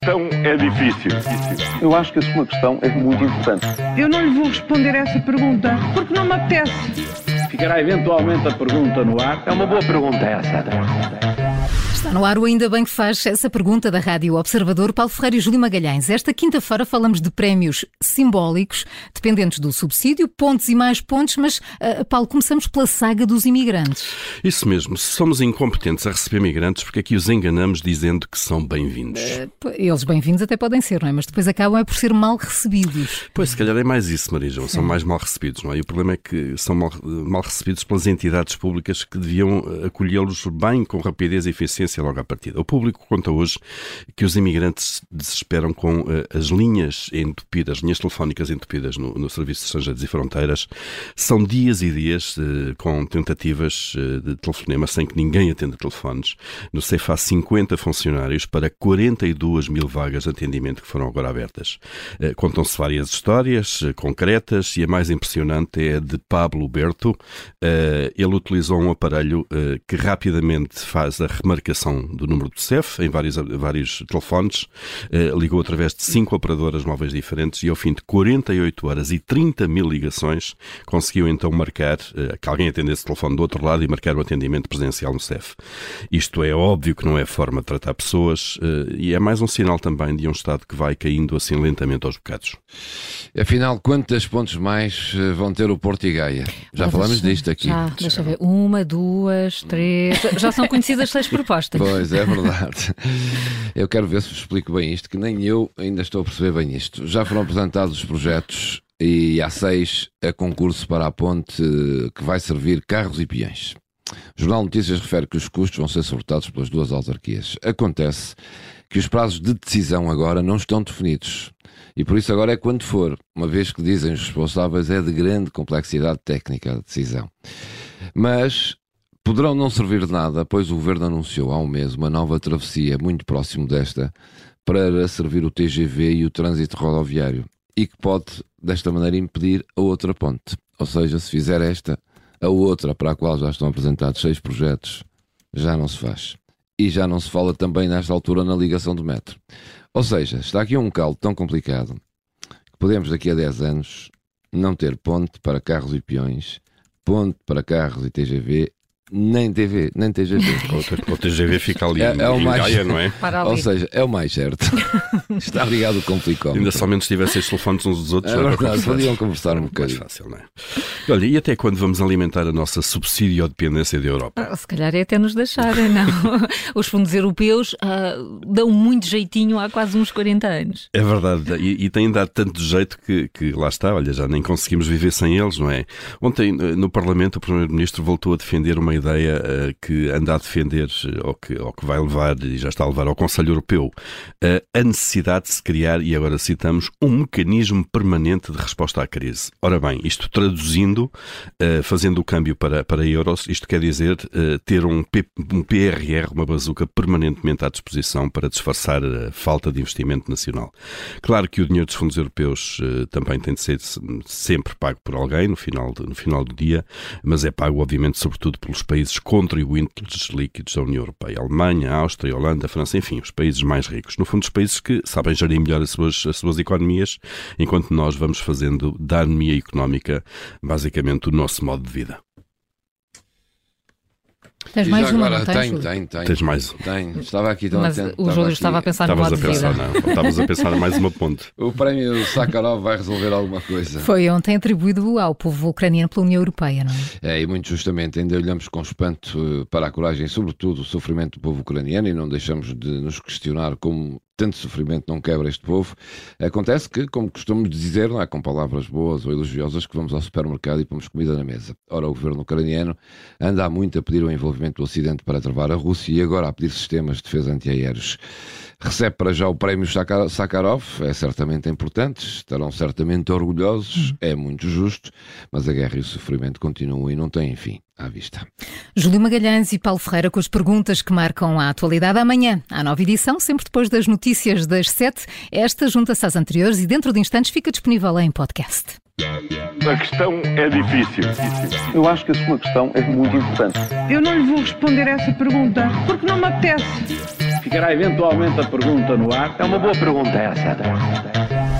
questão é difícil. Eu acho que a sua questão é muito importante. Eu não lhe vou responder essa pergunta porque não me apetece. Ficará eventualmente a pergunta no ar. É uma boa pergunta essa. Está no ar o Ainda Bem que faz essa pergunta da Rádio Observador, Paulo Ferreira e Júlio Magalhães. Esta quinta-feira falamos de prémios simbólicos, dependentes do subsídio, pontos e mais pontos, mas, Paulo, começamos pela saga dos imigrantes. Isso mesmo, se somos incompetentes a receber migrantes, porque aqui os enganamos dizendo que são bem-vindos. Eles bem-vindos até podem ser, não é? Mas depois acabam por ser mal recebidos. Pois, se calhar é mais isso, Maria João, são mais mal recebidos, não é? E o problema é que são mal recebidos pelas entidades públicas que deviam acolhê-los bem, com rapidez e eficiência logo à partida. O público conta hoje que os imigrantes desesperam com as linhas entupidas, as linhas telefónicas entupidas no Serviço de Estrangeiros e Fronteiras. São dias e dias com tentativas de telefonema sem que ninguém atenda telefones. No CEF há 50 funcionários para 42 mil vagas de atendimento que foram agora abertas. Contam-se várias histórias concretas e a mais impressionante é a de Pablo Berto. Ele utilizou um aparelho que rapidamente faz a remarcação do número do CEF em vários telefones, ligou através de 5 operadoras móveis diferentes e ao fim de 48 horas e 30 mil ligações conseguiu então marcar que alguém atendesse o telefone do outro lado e marcar o atendimento presencial no CEF. Isto é óbvio que não é forma de tratar pessoas e é mais um sinal também de um Estado que vai caindo assim lentamente aos bocados. Afinal, quantas pontos mais vão ter o Porto e Gaia? Já falamos disto aqui. Deixa ver. 1, 2, 3... Já são conhecidas 6 propostas. Pois, é verdade. Eu quero ver se vos explico bem isto, que nem eu ainda estou a perceber bem isto. Já foram apresentados os projetos e há 6 a concurso para a ponte que vai servir carros e peões. O Jornal Notícias refere que os custos vão ser suportados pelas 2 autarquias. Acontece que os prazos de decisão agora não estão definidos. E por isso agora é quando for, uma vez que dizem os responsáveis, é de grande complexidade técnica a decisão. Mas poderão não servir de nada, pois o Governo anunciou há um mês uma nova travessia muito próximo desta para servir o TGV e o trânsito rodoviário e que pode, desta maneira, impedir a outra ponte. Ou seja, se fizer esta, a outra para a qual já estão apresentados 6 projetos, já não se faz. E já não se fala também nesta altura na ligação do metro. Ou seja, está aqui um caldo tão complicado que podemos daqui a 10 anos não ter ponte para carros e peões, ponte para carros e TGV, nem TGV. O TGV fica ali em mais, Gaia, não é? Ou seja, é o mais certo. Está ligado o complicómetro. Ainda somente se tivessem os telefones uns dos outros. É verdade, podiam conversar um bocadinho. Mais fácil, não é? Olha, e até quando vamos alimentar a nossa subsídio-dependência da Europa? Se calhar é até nos deixarem, não? Os fundos europeus dão muito jeitinho há quase uns 40 anos. É verdade, e têm dado tanto jeito que lá está, olha, já nem conseguimos viver sem eles, não é? Ontem, no Parlamento, o Primeiro-Ministro voltou a defender uma ideia que anda a defender, ou que vai levar, e já está a levar ao Conselho Europeu, a necessidade de se criar, e agora citamos, um mecanismo permanente de resposta à crise. Ora bem, isto traduzindo, fazendo o câmbio para euros, isto quer dizer ter um PRR, uma bazuca permanentemente à disposição para disfarçar a falta de investimento nacional. Claro que o dinheiro dos fundos europeus também tem de ser sempre pago por alguém no final do dia, mas é pago, obviamente, sobretudo pelos países contribuintes líquidos da União Europeia. Alemanha, Áustria, Holanda, França, enfim, os países mais ricos. No fundo, os países que sabem gerir melhor as suas economias, enquanto nós vamos fazendo da anemia económica basicamente o nosso modo de vida. Tens mais uma, agora, não tens? Tenho. Tens mais? Tenho. Estava aqui tão Mas atento. o Júlio estava a pensar no modo de vida. Estavas a pensar mais uma ponte. O prémio Sakharov vai resolver alguma coisa. Foi ontem atribuído ao povo ucraniano pela União Europeia, não é? E muito justamente ainda olhamos com espanto para a coragem e sobretudo o sofrimento do povo ucraniano e não deixamos de nos questionar como tanto sofrimento não quebra este povo. Acontece que, como costumamos dizer, não é com palavras boas ou elogiosas que vamos ao supermercado e pomos comida na mesa. Ora, o governo ucraniano anda há muito a pedir o envolvimento do Ocidente para travar a Rússia e agora a pedir sistemas de defesa antiaéreos. Recebe para já o prémio Sakharov, é certamente importante, estarão certamente orgulhosos, é muito justo, mas a guerra e o sofrimento continuam e não têm fim à vista. Júlio Magalhães e Paulo Ferreira com as perguntas que marcam a atualidade. Amanhã, à nova edição, sempre depois das notícias das 7. Esta junta-se às anteriores e dentro de instantes fica disponível em podcast. A questão é difícil. Eu acho que a sua questão é muito importante. Eu não lhe vou responder essa pergunta porque não me apetece. Ficará eventualmente a pergunta no ar. É uma boa pergunta essa.